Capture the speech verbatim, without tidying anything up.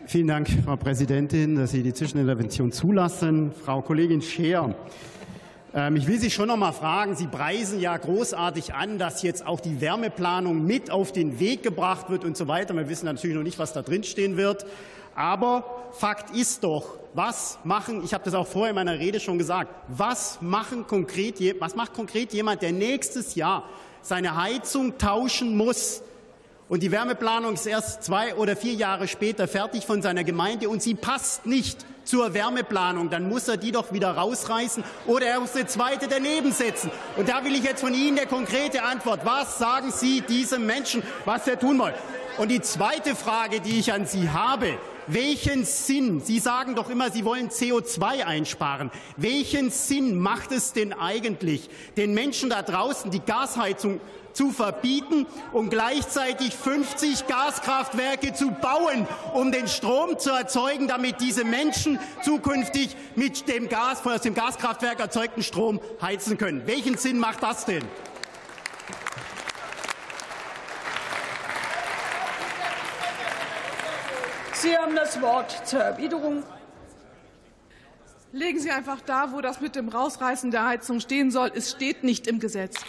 Vielen Dank, Frau Präsidentin, dass Sie die Zwischenintervention zulassen. Frau Kollegin Scheer, ich will Sie schon noch mal fragen, Sie preisen ja großartig an, dass jetzt auch die Wärmeplanung mit auf den Weg gebracht wird und so weiter. Wir wissen natürlich noch nicht, was da drin stehen wird. Aber Fakt ist doch, was machen, ich habe das auch vorher in meiner Rede schon gesagt, was, machen konkret, was macht konkret jemand, der nächstes Jahr seine Heizung tauschen muss? Und die Wärmeplanung ist erst zwei oder vier Jahre später fertig von seiner Gemeinde und sie passt nicht zur Wärmeplanung. Dann muss er die doch wieder rausreißen oder er muss eine zweite daneben setzen. Und da will ich jetzt von Ihnen eine konkrete Antwort. Was sagen Sie diesem Menschen, was er tun will? Und die zweite Frage, die ich an Sie habe, welchen Sinn, Sie sagen doch immer, Sie wollen C O zwei einsparen, welchen Sinn macht es denn eigentlich, den Menschen da draußen die Gasheizung zu verbieten und gleichzeitig fünfzig Gaskraftwerke zu bauen, um den Strom zu erzeugen, damit diese Menschen zukünftig mit dem Gas, aus dem Gaskraftwerk erzeugten Strom heizen können? Welchen Sinn macht das denn? Sie haben das Wort zur Erwiderung. Legen Sie einfach da, wo das mit dem Rausreißen der Heizung stehen soll. Es steht nicht im Gesetz.